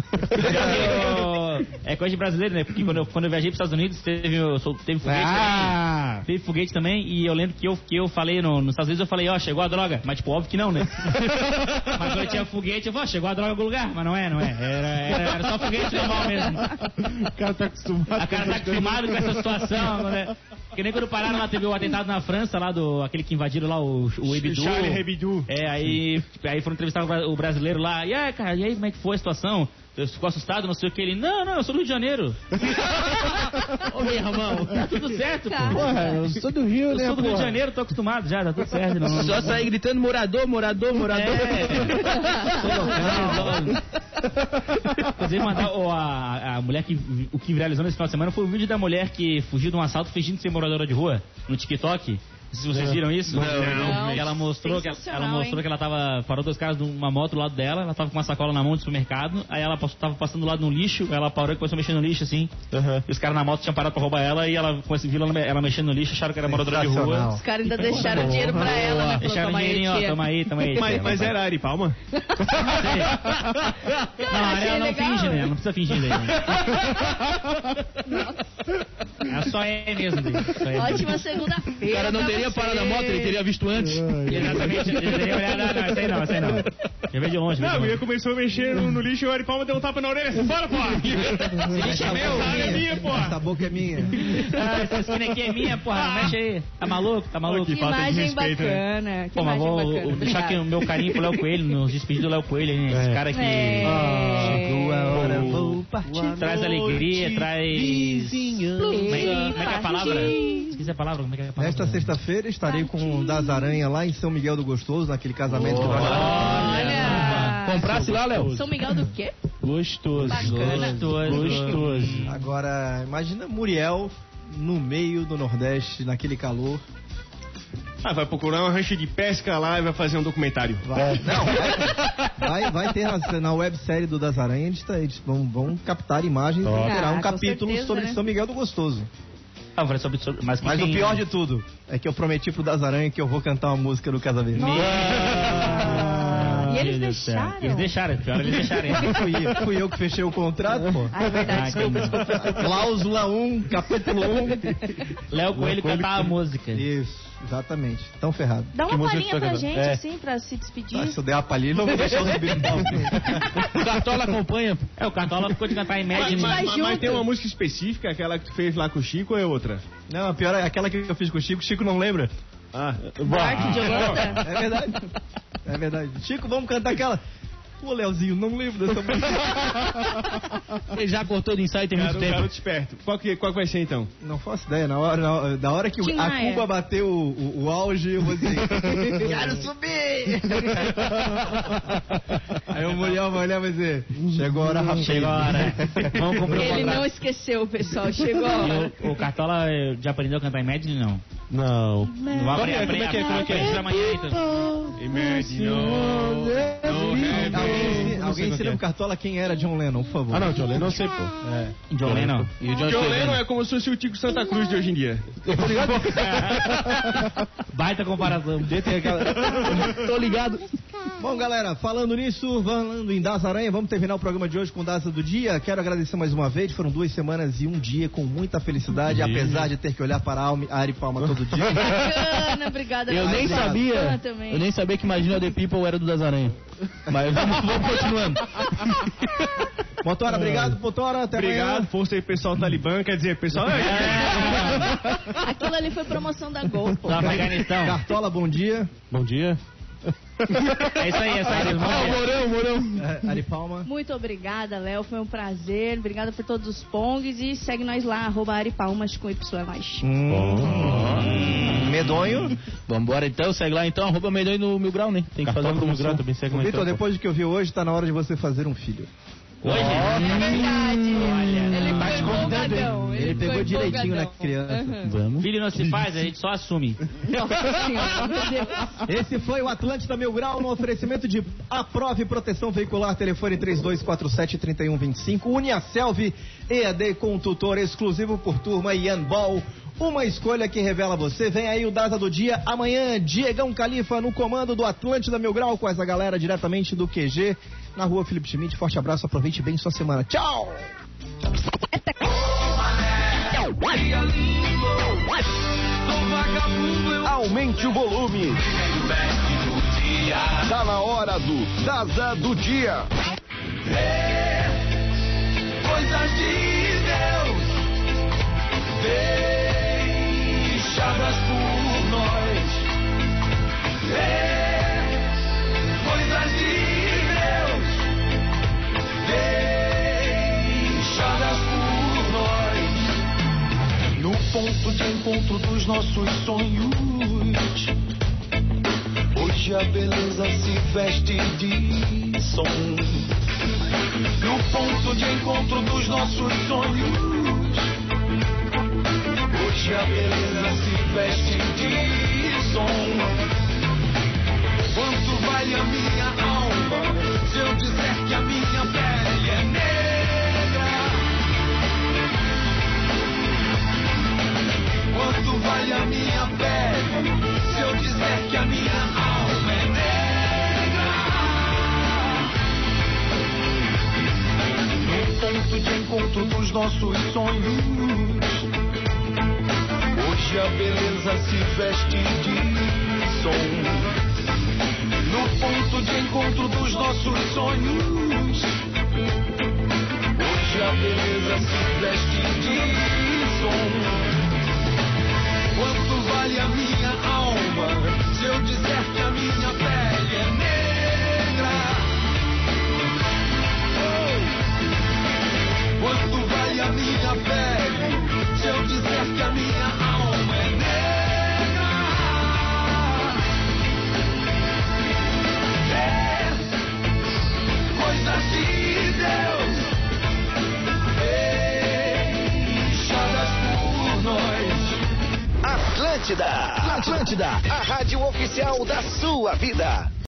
É coisa de brasileiro, né? Porque quando eu viajei para os Estados Unidos, teve foguete também. Teve foguete também. E eu lembro que eu falei nos Estados Unidos, eu falei, chegou a droga. Mas, tipo, óbvio que não, né? Mas quando tinha foguete, eu falei, chegou a droga em algum lugar. Mas não é. Era só foguete normal mesmo. O cara tá acostumado com essa situação, né? Que nem quando pararam lá, teve o atentado na França, lá aquele que invadiram lá o Hebdo. Charlie Hebdo. Aí foram entrevistar o brasileiro lá. E aí, cara, como é que foi a situação? Eu ficou assustado, não sei o que. Ele, não, eu sou do Rio de Janeiro. Ô, meu irmão, tá tudo certo, pô. Porra, eu sou do Rio, né, eu sou do Rio de Janeiro, tô acostumado já, tá tudo certo. Não. Só sair gritando morador. Inclusive, mandar a mulher que viralizou nesse final de semana foi o vídeo da mulher que fugiu de um assalto fingindo ser moradora de rua no TikTok. Se vocês viram isso? Não. Ela mostrou que ela parou 2 caras de uma moto do lado dela, ela tava com uma sacola na mão do supermercado, aí ela tava passando do lado no lixo, ela parou e começou a mexer no lixo, assim. E os caras na moto tinham parado pra roubar ela e ela viu ela mexendo no lixo, acharam que era moradora de rua. Os caras ainda deixaram dinheiro pra ela, né? Deixaram dinheirinho, toma aí. Mas era Ari Palma? Não, a Ariel não finge, né? Não precisa fingir daí. Ela só é mesmo. Ótima segunda-feira. O cara não teria parado a moto, ele teria visto antes. Exatamente. Ele teria olhado, não, essa aí não. Eu vejo de longe. A mulher começou a mexer no lixo e o Ari Palma deu um tapa na orelha. Você fora, porra! Esse lixo é meu, é minha, porra! Essa boca é minha. Essa esquina aqui é minha, porra. Não mexe aí. Tá maluco? Que imagem bacana. Pô, mas vou deixar aqui o meu carinho pro Léo Coelho, nos despedir do Léo Coelho, hein? Esse cara que... Chegou a hora, vou partir. Traz alegria, traz... Como é que é a palavra? Esqueci a palavra, como é que é a palavra? Nesta sexta-feira estarei com o Das Aranha lá em São Miguel do Gostoso, naquele casamento que nós Olha! Comprasse lá, Léo? São Miguel do quê? Gostoso. Bacana. Gostoso. Agora, imagina Muriel no meio do Nordeste, naquele calor. Vai procurar uma rancha de pesca lá e vai fazer um documentário. Vai ter na websérie do Das Aranha, eles vão captar imagens e terá um capítulo sobre São Miguel do Gostoso. Mas o pior de tudo é que eu prometi pro Das Aranha que eu vou cantar uma música do casamento. E eles deixaram? Eles deixaram, pior eles deixarem. Fui eu que fechei o contrato, pô. É verdade, desculpa. Cláusula 1, capítulo 1. Léo Coelho cantar a música. Isso, exatamente. Tão ferrado. Dá uma palhinha pra gente, assim, pra se despedir. Se eu der a palhinha, não vou deixar os subir no palco. O Cartola acompanha. O Cartola ficou de cantar em média. Mas tem uma música específica, aquela que tu fez lá com o Chico ou é outra? Não, a pior é aquela que eu fiz com o Chico não lembra. Bart de Holanda? É verdade. É verdade. Chico, vamos cantar aquela... Pô, Leozinho, não lembro dessa música. Ele já cortou do ensaio tem muito tempo. Garoto esperto. Qual que vai ser então? Não faço ideia. Na hora que Tim a Maia. Cuba bateu o auge, eu vou dizer... Quero subir! Aí o Muriel vai olhar e vai dizer... Chegou a hora, rapaz. Chegou a hora. Vamos comprar um Ele contrato. não esqueceu, pessoal. Chegou a hora. E o Cartola já aprendeu a cantar Imagine, não? Não. Não vai aprender. Como é que é? Aprende amanhã, então. Imagine. Alguém ensina pro Cartola quem era John Lennon, por favor. Ah, não, John Lennon eu sei, pô. John Lennon. E o John John Lennon Lennon é como se fosse o Tico Santa Cruz de hoje em dia. Baita comparação. Tô ligado. Bom, galera, falando nisso, falando em Das Aranha, vamos terminar o programa de hoje com o Daza do Dia. Quero agradecer mais uma vez, foram 2 semanas e um dia com muita felicidade, apesar de ter que olhar para a Ari Palma todo dia. Bacana, obrigada. Eu nem Bacana sabia. também. Eu nem sabia que Imagina The People era do Das Aranha. Mas vamos continuando. Motora, obrigado, Motora, até Obrigado, amanhã. força aí, pessoal Talibã. Quer dizer, pessoal... Aquilo ali foi promoção da Gol, pô. Do Afeganistão. Cartola, bom dia. Bom dia. É isso aí, Morão. Ari Palma. Muito obrigada, Léo. Foi um prazer. Obrigada por todos os pongs. E segue nós lá, @aripalmas com Y mais. Medonho. Vambora então, segue lá então, @medonho no Mil Grau, né? Tem que fazer uma promoção. também segue Vitor, então, pô. depois do que eu vi hoje, tá na hora de você fazer um filho. Hoje? É verdade. Ele Tá foi te convidando, hein? empolgadão. Ele pegou foi direitinho na empolgadão. criança. Uhum. Vamos. Filho não se faz, a gente só assume. Nossa senhora, meu Deus. Esse foi o Atlântida Mil Grau, no oferecimento de Aprove Proteção Veicular, telefone 3247-3125, Uniaselv, EAD com tutor exclusivo por turma, Ian Ball. Uma escolha que revela você. Vem aí o Data do Dia. Amanhã, Diegão Califa no comando do Atlântida Mil Grau, com essa galera diretamente do QG, na rua Felipe Schmidt. Forte abraço, aproveite bem sua semana. Tchau! Aumente o volume. Tá na hora do Daza do Dia. Coisas de Deus deixadas por nós. Coisas de Deus deixadas por nós. No ponto de encontro dos nossos sonhos, hoje a beleza se veste de som. No ponto de encontro dos nossos sonhos, hoje a beleza se veste de som. Quanto vale a minha alma se eu dizer que a minha pele é negra? Quanto vale a minha pele se eu dizer que a minha alma é negra? Ponto de encontro dos nossos sonhos, hoje a beleza se veste de som. No ponto de encontro dos nossos sonhos, hoje a beleza se veste de som. Quanto vale a minha alma se eu dizer que a minha pele é negra? Quanto vale a minha pele se eu dizer que a minha alma é negra? Coisas de Deus deixadas por nós. Atlântida, a rádio oficial da sua vida.